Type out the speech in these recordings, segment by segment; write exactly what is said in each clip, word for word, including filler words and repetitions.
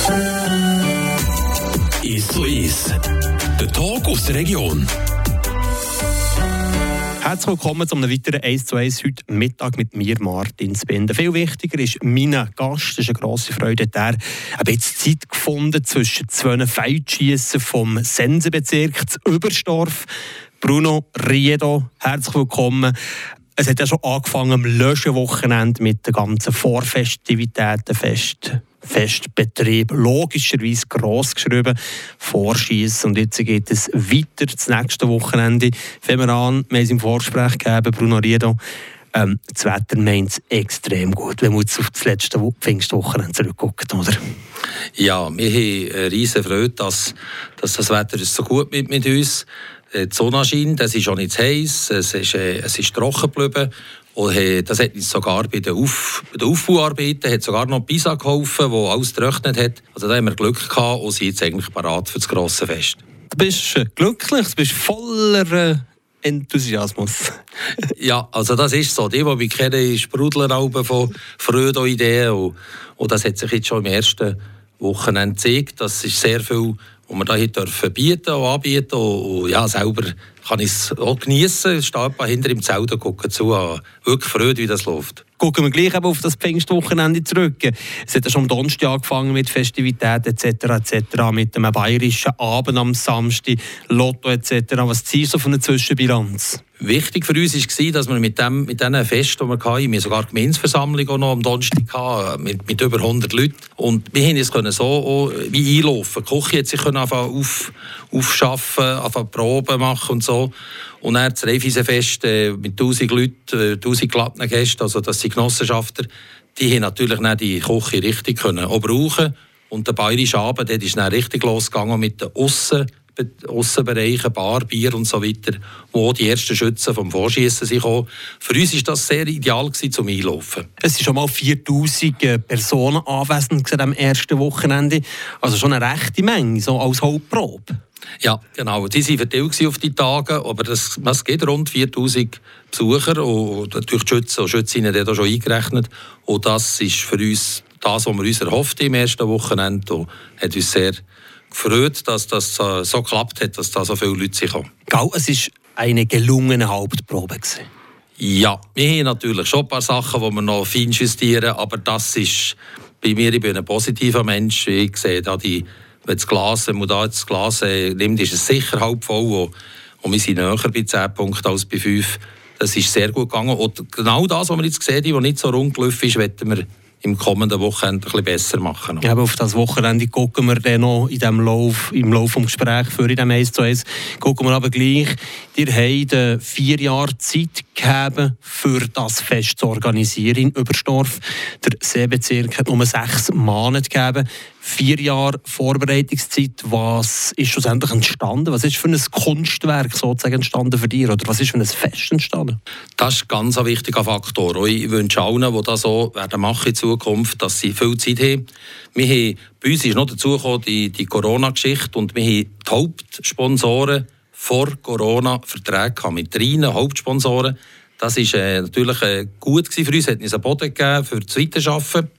eins zu eins. Der Talk aus der Region. Herzlich willkommen zu einem weiteren eins zu eins heute Mittag mit mir, Martin Zbinden. Viel wichtiger ist mein Gast. Es ist eine grosse Freude, dass er ein bisschen Zeit gefunden zwischen zwei Feldschiessen vom Sensenbezirk zu Überstorf. Bruno Riedo, herzlich willkommen. Es hat ja schon angefangen am Löschenwochenende mit den ganzen Vorfestivitäten, Fest, Festbetrieb, logischerweise gross geschrieben, Vorschiessen. Und jetzt geht es weiter, das nächste Wochenende. Fangen wir an, wir haben es im Vorgespräch gegeben, Bruno Riedo. Ähm, das Wetter meint es extrem gut, wenn wir jetzt auf das letzte Pfingstwochenende zurückgucken, oder? Ja, wir haben eine riesige Freude, dass, dass das Wetter ist so gut mit, mit uns. Die Sonne scheint, es ist auch nicht zu heiß, es ist, äh, es ist trocken geblieben. Und äh, das hat uns sogar bei den, Auf, bei den Aufbauarbeiten hat sogar noch Pisa geholfen, wo alles getrocknet hat. Also da haben wir Glück gehabt und sind jetzt eigentlich bereit für das grosse Fest. Du bist glücklich, du bist voller äh, Enthusiasmus. Ja, also das ist so. Die, die mich kennen, sprudeln auch von Freude und Ideen. Und, und das hat sich jetzt schon im ersten Wochenende gezeigt. Das ist sehr viel, was wir da hier dürfen bieten und anbieten. Und, und ja, selber kann ich es auch geniessen. Ich stehe hinter im Zelt und gucke zu. Ich wirklich Freude, wie das läuft. Gucken wir gleich auf das Pfingstwochenende zurück. Es hat ja schon am Donnerstag angefangen mit Festivitäten et cetera et cetera, mit einem bayerischen Abend am Samstag, Lotto et cetera. Was ziehst du von einer Zwischenbilanz? Wichtig für uns war, dass wir mit, dem, mit diesen Festen, die wir hatten, wir sogar die Gemeinsversammlung auch noch am Donnerstag hatten, mit, mit über hundert Leuten. Und wir konnten uns so auch wie einlaufen. Die Küche hat sich auf, aufschaffen, anfangen Proben machen und so. Und dann das Raiffeisenfest äh, mit tausend Leuten, äh, tausend glatten Gästen, also das sind Genossenschafter, die haben natürlich dann die Küche richtig können auch brauchen. Und der bayerische Abend, dort ist dann richtig losgegangen mit den Aussen. Aussenbereichen, Bar, Bier und so weiter, wo die ersten Schützen vom Vorschiessen sind gekommen. Für uns war das sehr ideal zum Einlaufen. Es waren schon mal viertausend Personen anwesend am ersten Wochenende. Also schon eine rechte Menge, so als Hauptprobe. Ja, genau. Die waren verteilt auf die Tage, aber das, das geht rund viertausend Besucher und natürlich die Schützen und Schützinnen haben da schon eingerechnet. Und das ist für uns das, was wir uns erhofft im ersten Wochenende und hat uns sehr gefreut, dass das so, so geklappt hat, dass da so viele Leute sind. Gell, es war eine gelungene Hauptprobe. Ja, wir haben natürlich schon ein paar Sachen, die wir noch fein justieren, aber das ist bei mir, ich bin ein positiver Mensch. Ich sehe da die, wenn das Glas, wenn man da das Glas äh, nimmt, ist es sicher halb voll und wir sind näher bei zehn Punkten als bei fünf. Das ist sehr gut gegangen und genau das, was wir jetzt gesehen haben, was nicht so rund gelaufen ist, wollen wir im kommenden Wochenende ein bisschen besser machen. Ja, aber auf das Wochenende gucken wir dann noch in dem Lauf, im Lauf des Gesprächs für in dem eins zu eins. Gucken wir aber gleich, ihr habt vier Jahre Zeit gegeben, für das Fest zu organisieren in Überstorf. Der Seebezirk hat nur sechs Monate gegeben. Vier Jahre Vorbereitungszeit. Was ist schlussendlich entstanden? Was ist für ein Kunstwerk sozusagen entstanden für dich? Oder was ist für ein Fest entstanden? Das ist ganz ein wichtiger Faktor. Ich wünsche allen, die das so werden machen in Zukunft, dass sie viel Zeit haben. Wir haben bei uns ist noch dazu gekommen, die, die Corona-Geschichte und wir haben die Hauptsponsoren vor Corona Verträge mit drei Hauptsponsoren. Das war äh, natürlich äh, gut für uns, hat uns einen Boden gegeben für das Weiterarbeiten.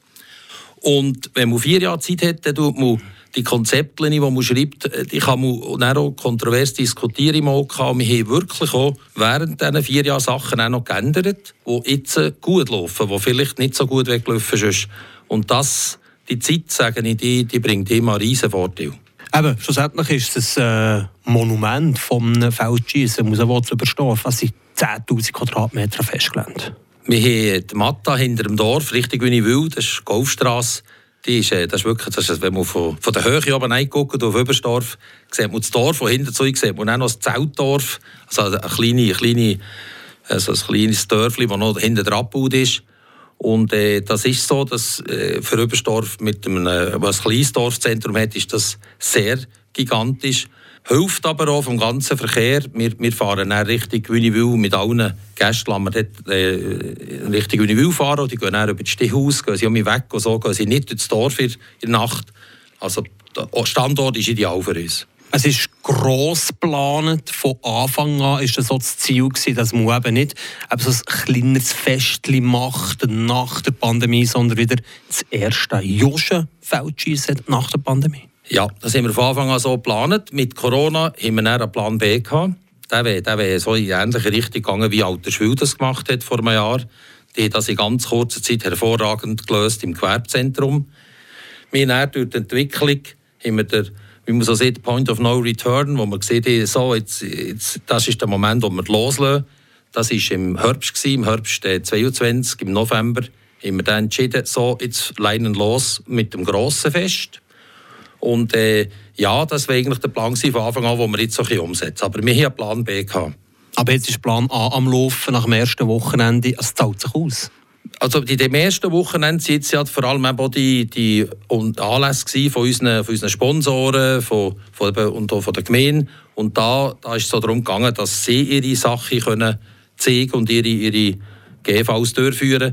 Und wenn man vier Jahre Zeit hat, dann tut man die Konzepte, die man schreibt, die kann man dann auch kontrovers diskutieren im O K. Wir haben wirklich auch während diesen vier Jahren Sachen auch noch geändert, die jetzt gut laufen, die vielleicht nicht so gut weglaufen sind. Und das, die Zeit, sage ich, die, die bringt immer einen riesen Vorteil. Eben, schlussendlich ist es ein äh, Monument vom Feldschiessen, muss man zu Überstorf. Das sind zehntausend Quadratmeter Festgelände. Wir haben die Matta hinter dem Dorf, richtig Wünnewil, das ist die Golfstrasse. Die ist, das ist wirklich, das ist, wenn man von, von der Höhe oben reinguckt, auf Überstorf, sieht man das Dorf, von hinten zu sieht man auch noch das Zeltdorf, also ein, kleine, kleine, also ein kleines Dörfchen, das noch hinten dran gebaut ist. Und äh, das ist so, dass äh, für Überstorf, mit einem, äh, was ein kleines Dorfzentrum hat, ist das sehr gigantisch. Hilft aber auch vom ganzen Verkehr. Wir, wir fahren dann Richtung Wünnewil mit allen Gästen, lassen wir dort äh, Richtung Wünnewil fahren. Die gehen dann über das Stehhaus, gehen sie um mich weg und so, gehen sie nicht durchs Dorf in der Nacht. Also der Standort ist ideal für uns. Es ist gross geplant. Von Anfang an war das so das Ziel, dass man eben nicht eben so ein kleineres Festchen macht nach der Pandemie, sondern wieder das erste Joschen-Feldschiessen nach der Pandemie. Ja, das haben wir von Anfang an so geplant. Mit Corona haben wir dann einen Plan B gehabt. Der wäre der wär so in die ähnliche Richtung gegangen, wie Alterswil das gemacht hat vor einem Jahr. Die haben das in ganz kurzer Zeit hervorragend gelöst im Gewerbezentrum. Wir haben dann durch die Entwicklung, haben wir der, wie man so sieht, Point of No Return, wo wir gesehen haben, so, jetzt, jetzt, das ist der Moment, wo wir loslassen. Das war im Herbst, gewesen, im Herbst zweitausendzweiundzwanzig, im November, haben wir dann entschieden, so, jetzt leinen los mit dem grossen Fest. Und äh, ja, das war eigentlich der Plan von Anfang an, den wir jetzt so ein bisschen umsetzen. Aber wir hatten einen Plan B gehabt. Aber jetzt ist Plan A am Laufen nach dem ersten Wochenende. Es zahlt sich aus. Also in dem ersten Wochenende waren jetzt ja vor allem auch die, die Anlässe von unseren, von unseren Sponsoren von, von, und auch von der Gemeinde. Und da, da ist es so darum gegangen, dass sie ihre Sachen können zeigen und ihre, ihre G Vs durchführen.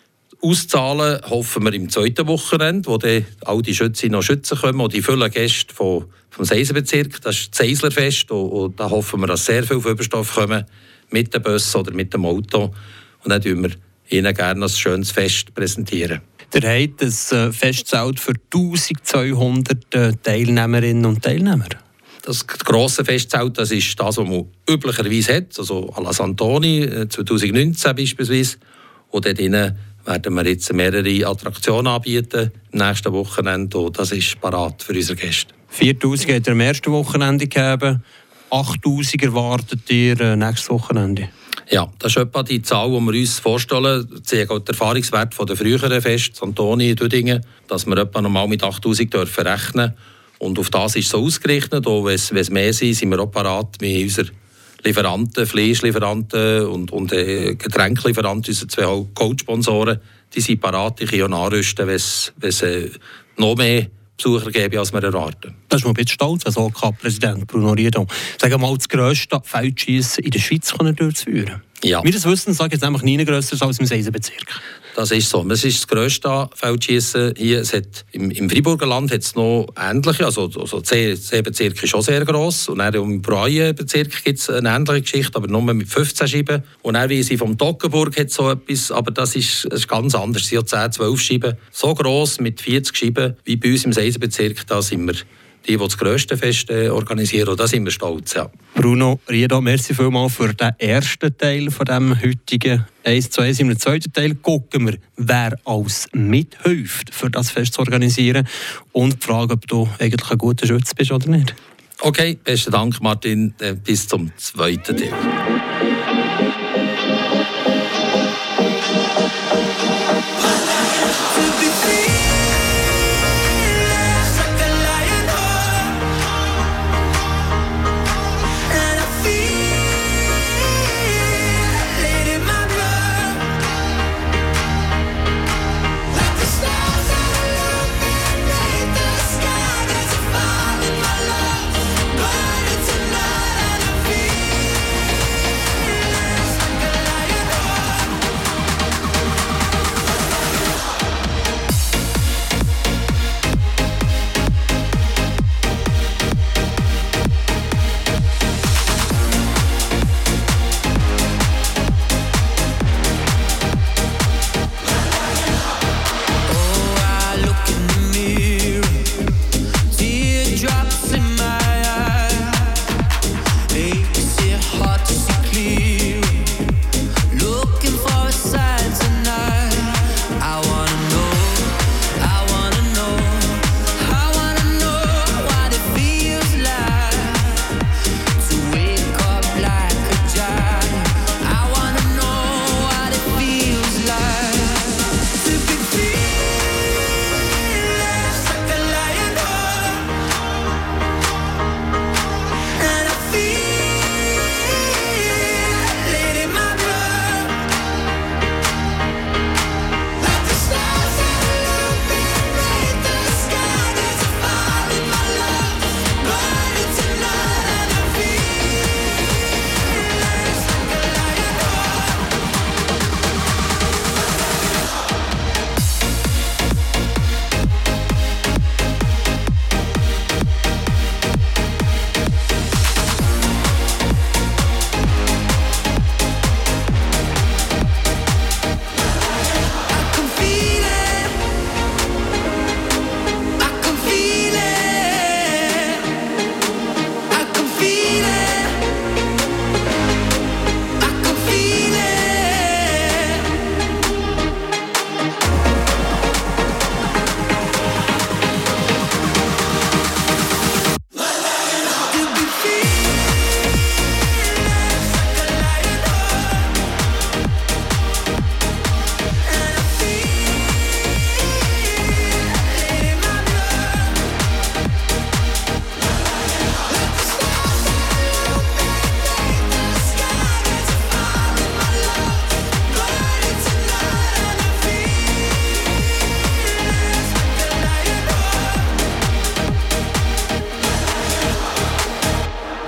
Auszahlen hoffen wir im zweiten Wochenende, wo dann all die Schützen noch schützen können, und die vielen Gäste vom, vom Seisenbezirk. Das ist das Seislerfest, und, und da hoffen wir, dass sehr viel Überstoff kommen mit dem Bus oder mit dem Auto. Und dann präsentieren wir Ihnen gerne ein schönes Fest präsentieren. Ihr habt ein Festzelt für eintausendzweihundert Teilnehmerinnen und Teilnehmer. Das grosse Festzelt, das ist das, was man üblicherweise hat, also à la Santoni zweitausendneunzehn beispielsweise. Und dort drinnen werden wir jetzt mehrere Attraktionen anbieten im nächsten Wochenende, und das ist parat für unsere Gäste. viertausend hat ihr am ersten Wochenende gegeben, achttausend erwartet ihr nächstes Wochenende. Ja, das ist etwa die Zahl, die wir uns vorstellen. Sie zeigt auch den Erfahrungswert von der früheren Fest, Santoni, Düdingen, dass wir etwa normal mit achttausend dürfen rechnen. Und auf das ist es so ausgerechnet. Und wenn es, wenn es mehr sind, sind wir auch parat mit unseren Lieferanten, Fleischlieferanten und, und äh, Getränkelieferanten, unsere zwei Hauptsponsoren, die sind parat, die können nachrüsten, wenn es, wenn es äh, noch mehr Besucher geben, als wir erwarten. Das ist mal ein bisschen stolz, als O K-Präsident Bruno Riedo. Sagen wir mal, das grösste Feldschiessen in der Schweiz durchzuführen. Ja. Wir das wissen, sagen jetzt nämlich nie grösser als im Seisenbezirk. Das ist so. Es ist das grösste Feldschiessen hier. Es hat, im, Im Freiburger Land hat es noch ähnliche, also, also der C-Bezirk ist schon sehr gross. Und dann im Brauen-Bezirk gibt es eine ähnliche Geschichte, aber nur mit fünfzehn Scheiben. Und dann, wie sie vom Toggenburg hat so etwas, aber das ist, das ist ganz anders. Sie hat zehn, zwölf Scheiben. So gross mit vierzig Scheiben wie bei uns im Seisenbezirk, da sind wir die, die das grösste Fest äh, organisieren. Und da sind wir stolz, ja. Bruno Riedo, merci vielmals für den ersten Teil von dem heutigen eins zu eins. Im zweiten Teil gucken wir, wer alles mithilft, für das Fest zu organisieren. Und die Frage, ob du eigentlich ein guter Schütze bist oder nicht. Okay, besten Dank, Martin. Äh, bis zum zweiten Teil.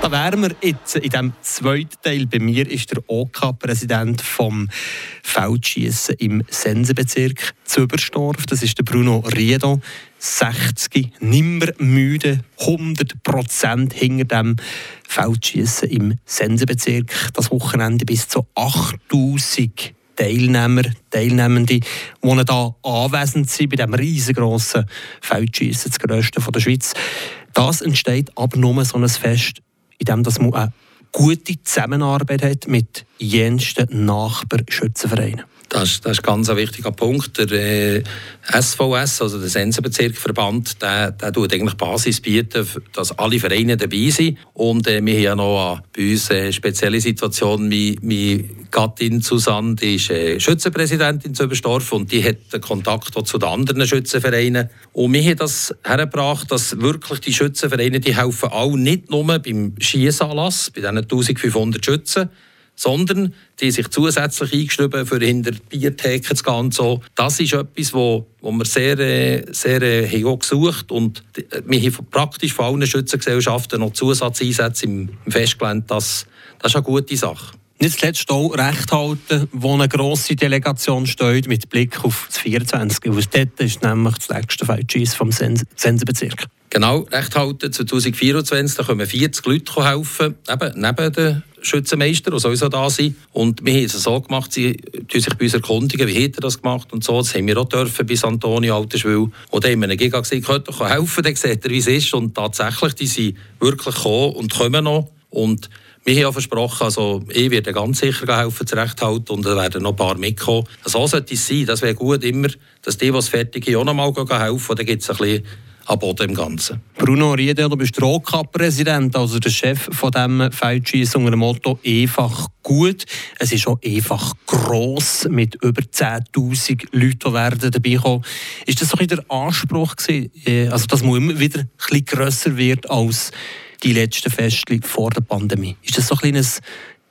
da wären wir jetzt in diesem zweiten Teil. Bei mir ist der O K-Präsident vom Feldschiessen im Sensenbezirk Züberstorf. Das ist der Bruno Riedo, sechzig, nimmer müde, hundert Prozent hinter dem Feldschiessen im Sensenbezirk. Das Wochenende bis zu achttausend Teilnehmer, Teilnehmende, die hier anwesend sind bei diesem riesengroßen Feldschiessen, das grösste der Schweiz. Das entsteht aber nur so ein Fest, in dem man eine gute Zusammenarbeit hat mit jensten Nachbarschützenvereinen. Das ist, das ist ganz ein wichtiger Punkt. Der äh, S V S, also der Sensenbezirkverband, der, der tut eigentlich Basis bieten, dass alle Vereine dabei sind. Und äh, wir haben ja noch äh, bei uns eine spezielle Situation. Meine, meine Gattin Susanne, die ist äh, Schützenpräsidentin in Züberstorf und die hat den Kontakt auch zu den anderen Schützenvereinen. Und wir haben das hergebracht, dass wirklich die Schützenvereine, die helfen auch nicht nur beim Schiessanlass, bei diesen eintausendfünfhundert Schützen, sondern die sich zusätzlich eingeschrieben, für hinter Biertheken zu gehen und so. Das ist etwas, wo, wo wir sehr, sehr äh, haben gesucht und wir haben praktisch von allen Schützengesellschaften noch Zusatzeinsätze im, im Festgelände. Das, das ist eine gute Sache. Nicht zuletzt auch Recht halten, wo eine grosse Delegation steht, mit Blick auf das vierundzwanzig. Weil dort ist nämlich das nächste Feldschiessen vom Sens- Sensenbezirk. Genau, Recht halten. zwanzig vierundzwanzig da kommen vierzig Leute helfen, eben neben den Schützenmeister, die sowieso da sind. Und wir haben es so gemacht, sie tun sich bei uns erkundigen, wie hat er das gemacht und so. Das haben wir auch dürfen bei Antonio Alterswil. Und dann haben wir einen Giga gesagt, könnt ihr helfen, dann seht ihr, wie es ist. Und tatsächlich, die sind wirklich gekommen und kommen noch. Und wir haben ja versprochen, also ich werde ganz sicher helfen, zurechthalten und dann werden noch ein paar mitkommen. So sollte es sein. Das wäre gut immer, dass die, die es fertig haben, auch noch mal helfen. Dann gibt es ein bisschen am Boden im Ganzen. Bruno Riedo, du bist der O K-Präsident, also der Chef von diesem Feldschiessen unter dem Motto «Einfach gut». Es ist auch einfach gross, mit über zehntausend Leuten, die werden dabei kommen. Ist das so ein bisschen der Anspruch gewesen, also dass man immer wieder ein bisschen grösser wird als die letzten Feste vor der Pandemie? Ist das so ein kleines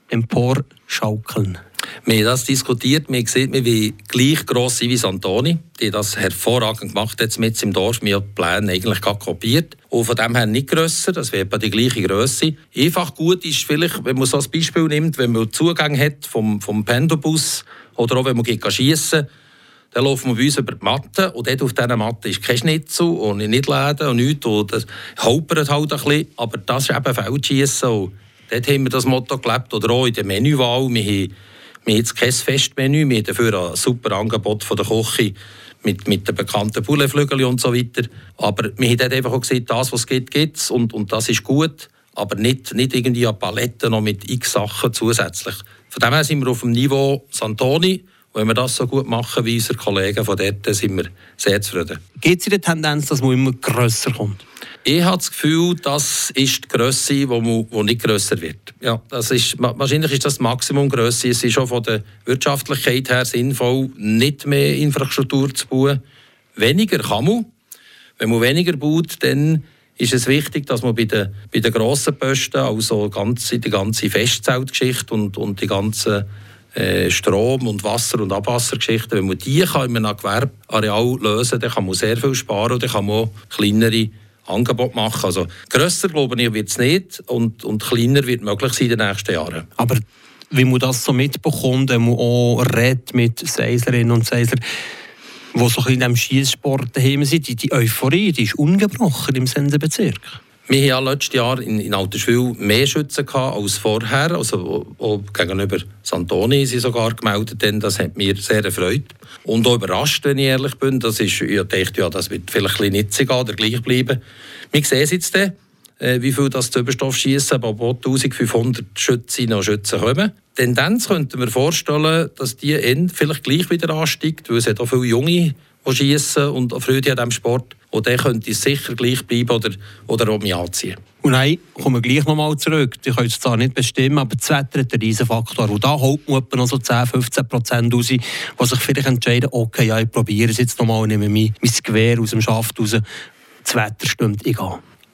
Emporschaukeln? Wir haben das diskutiert. Wir haben gesehen, wir wollen gleich gross sein wie Santoni. Die haben das hervorragend gemacht jetzt mit im Dorf. Wir haben die Pläne eigentlich kopiert. Und von dem her nicht grösser. Das wäre die gleiche Grösse. Einfach gut ist vielleicht, wenn man so ein Beispiel nimmt, wenn man Zugang hat vom, vom Pendelbus oder auch wenn man schiessen geht, dann laufen wir bei uns über die Matte und dort auf dieser Matte ist kein Schnitzel und nicht Läden und nichts. Und das holpert halt ein bisschen. Aber das ist eben Feldschiessen. Und dort haben wir das Motto gelebt. Oder auch in der Menüwahl. Wir haben Wir haben jetzt kein Festmenü, wir haben dafür ein super Angebot von der Küche mit, mit den bekannten Pouletflügeln und so weiter. Aber wir haben dort einfach auch gesehen, das, was es gibt, gibt es und, und das ist gut. Aber nicht, nicht irgendwie eine Palette noch mit x Sachen zusätzlich. Von dem her sind wir auf dem Niveau Santoni. Und wenn wir das so gut machen wie unsere Kollegen von dort, sind wir sehr zufrieden. Gibt es in der Tendenz, dass man immer grösser kommt? Ich habe das Gefühl, das ist die Grösse, die nicht grösser wird. Ja, das ist, wahrscheinlich ist das die Maximumgrösse. Es ist schon von der Wirtschaftlichkeit her sinnvoll, nicht mehr Infrastruktur zu bauen. Weniger kann man. Wenn man weniger baut, dann ist es wichtig, dass man bei den, bei den grossen Posten, also ganz, die ganze Festzeltgeschichte und, und die ganzen äh, Strom- und Wasser- und Abwassergeschichten, wenn man die kann in einem Gewerbeareal lösen kann, dann kann man sehr viel sparen und dann kann man auch kleinere Angebot machen. Also grösser, glaube ich, wird es nicht und, und kleiner wird möglich sein in den nächsten Jahren. Aber wie man das so mitbekommt, wenn man auch redet mit Seislerinnen und Seislern, die so in diesem Schiesssport daheim sind, die, die Euphorie, die ist ungebrochen im Sensenbezirk. Wir hatten ja letztes Jahr in, in Alterswil mehr Schützen als vorher. Also auch gegenüber Santoni sind sogar gemeldet, denn das hat mir sehr erfreut. Und auch überrascht, wenn ich ehrlich bin. Das ist, ich dachte, ja, das wird vielleicht ein bisschen nicht gehen oder gleich bleiben. Wir sehen es jetzt dann, wie viel das Züberstoffschiessen, aber auch eintausendfünfhundert Schützen und Schützen kommen. Tendenz könnten wir vorstellen, dass die Ende vielleicht gleich wieder ansteigt, weil es hat auch viele Junge, die schiessen und auch Freude an diesem Sport. Und dann könnte es sicher gleich bleiben oder, oder auch mich anziehen. Und nein, kommen wir gleich nochmal zurück. Ich kann es zwar nicht bestimmen, aber das Wetter hat einen riesen Faktor. Und da holt man etwa noch so zehn bis fünfzehn Prozent raus, die sich vielleicht entscheiden, okay, ja, ich probiere es jetzt nochmal, nehme mein, mein Gewehr aus dem Schaft raus. Das Wetter stimmt, ich gehe.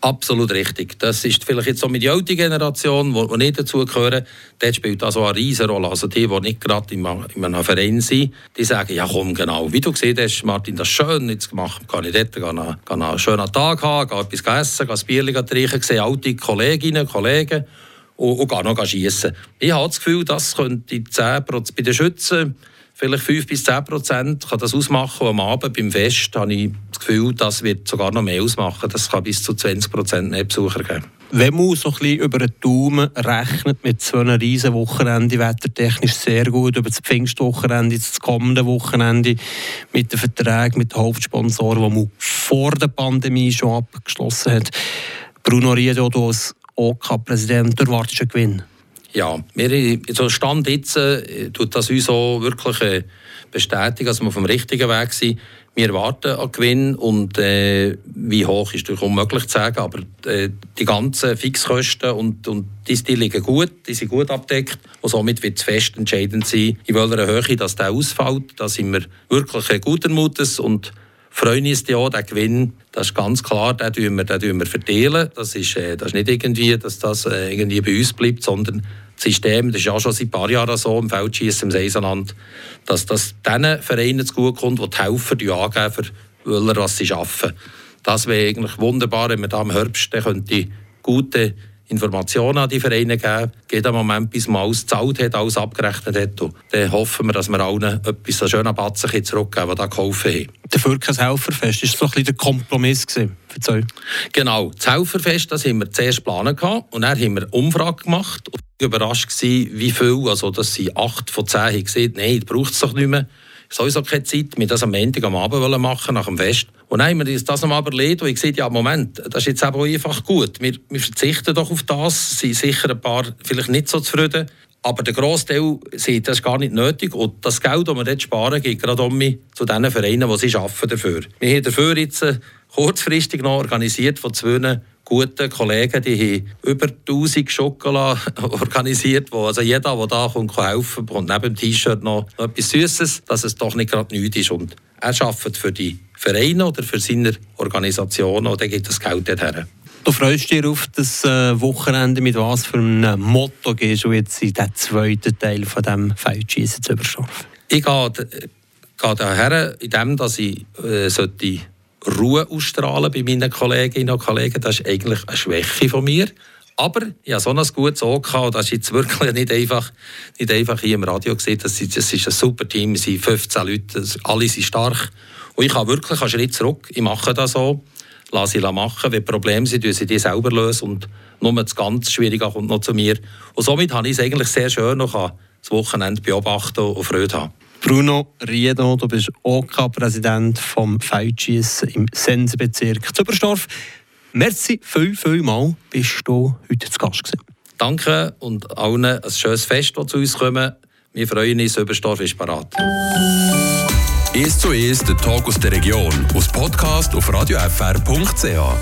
Absolut richtig. Das ist vielleicht jetzt so mit der alten Generation, die nicht dazugehören, dort spielt das auch eine riesen Rolle. Also die, die nicht gerade in einem Verein sind, die sagen, ja komm, genau, wie du gesehen hast, Martin, das ist schön jetzt gemacht, kann ich dort kann einen, kann einen schönen Tag haben, kann etwas essen, kann ein Bier trinken, sehe alte Kolleginnen, Kollegen und, und kann noch schiessen. Ich habe das Gefühl, das könnte zehn Prozent bei den Schützen, vielleicht fünf bis zehn Prozent kann das ausmachen. Und am Abend beim Fest habe ich das Gefühl, das wird sogar noch mehr ausmachen. Das kann bis zu zwanzig Prozent mehr Besucher geben. Wenn man so ein bisschen über den Daumen rechnet, mit so einem riesen Wochenende, wettertechnisch sehr gut, über das Pfingstwochenende, das kommende Wochenende, mit den Verträgen, mit den Hauptsponsoren, die man vor der Pandemie schon abgeschlossen hat. Bruno Riedo, du als O K-Präsident, du erwartest einen Gewinn? Ja, wir, so Stand jetzt äh, tut das uns auch wirklich äh, bestätigen, dass wir auf dem richtigen Weg sind. Wir erwarten einen Gewinn und äh, wie hoch ist natürlich unmöglich zu sagen, aber äh, die ganzen Fixkosten und, und die, die liegen gut, die sind gut abgedeckt und somit wird es fest entscheidend sein, in welcher Höhe dass der ausfällt. Da sind wir wirklich äh, guten Mutes und freuen uns ja, den Gewinn, das ist ganz klar, den tun wir, den tun wir verteilen. Das ist, äh, das ist nicht irgendwie, dass das äh, irgendwie bei uns bleibt, sondern das System, das ist ja schon seit ein paar Jahren so im Feldschiessen im Seisenland, dass das diesen Vereinen zugutekommt, die die Helfer die angeben, für welche, was sie arbeiten. Das wäre eigentlich wunderbar, wenn man da im Herbst könnte gute Informationen an die Vereine geben, geht am Moment, bis man alles gezahlt hat, alles abgerechnet hat. Und dann hoffen wir, dass wir allen etwas so schön an Batzen zurückgeben, was da geholfen haben. Dafür kein Helferfest, das war so ein bisschen der Kompromiss für euch? Genau, das Helferfest, das haben wir zuerst geplant und dann haben wir eine Umfrage gemacht. Und ich war überrascht, wie viel, also dass sie acht von zehn haben gesagt, nein, das braucht es doch nicht mehr. Sowieso keine Zeit, wir das am Montag am Abend machen, nach dem Fest. Und dann haben wir uns das nochmal überlegt und ich gesagt, ja, Moment, das ist jetzt eben auch einfach gut. Wir, wir verzichten doch auf das, sind sicher ein paar vielleicht nicht so zufrieden, aber der Grossteil sieht das gar nicht nötig. Und das Geld, das wir dort sparen, geht gerade um mich zu den Vereinen, die sie arbeiten dafür. Wir haben dafür jetzt kurzfristig noch organisiert von zwei guten Kollegen, die haben über tausend Schokolade organisiert, wo also jeder, der da kommt, kann helfen, bekommt neben dem T-Shirt noch etwas Süßes, dass es doch nicht gerade nichts ist. Und er arbeitet für die Vereine oder für seine Organisationen und dann geht das Geld dorthin. Du freust dich auf das äh, Wochenende, mit was für einem Motto gehst du jetzt in den zweiten Teil von diesem Feldschiessen zu Oberstdorf? Ich gehe, gehe daher, indem dass ich äh, sollte Ruhe ausstrahlen bei meinen Kolleginnen und Kollegen. Das ist eigentlich eine Schwäche von mir. Aber ich habe so ein gutes Auge und das ist jetzt wirklich nicht einfach, nicht einfach hier im Radio gesehen. Das ist, das ist ein super Team, es sind fünfzehn Leute, alle sind stark. Und ich habe wirklich einen Schritt zurück. Ich mache das so, lasse sie machen. Wenn Probleme sind, löse ich die selber lösen. Und nur das ganz Schwierige kommt noch zu mir. Und somit habe ich es eigentlich sehr schön noch das Wochenende beobachten und Freude haben. Bruno Riedo, du bist O K-Präsident vom Feldschiessen im Sensenbezirk zu Oberstdorf. Merci viel, viel mal, bist du heute zu Gast gewesen. Danke und allen ein schönes Fest, das zu uns kommen. Wir freuen uns, Oberstdorf ist parat. eins zu eins, der Talk aus der Region, aus Podcast auf radio f r punkt c h.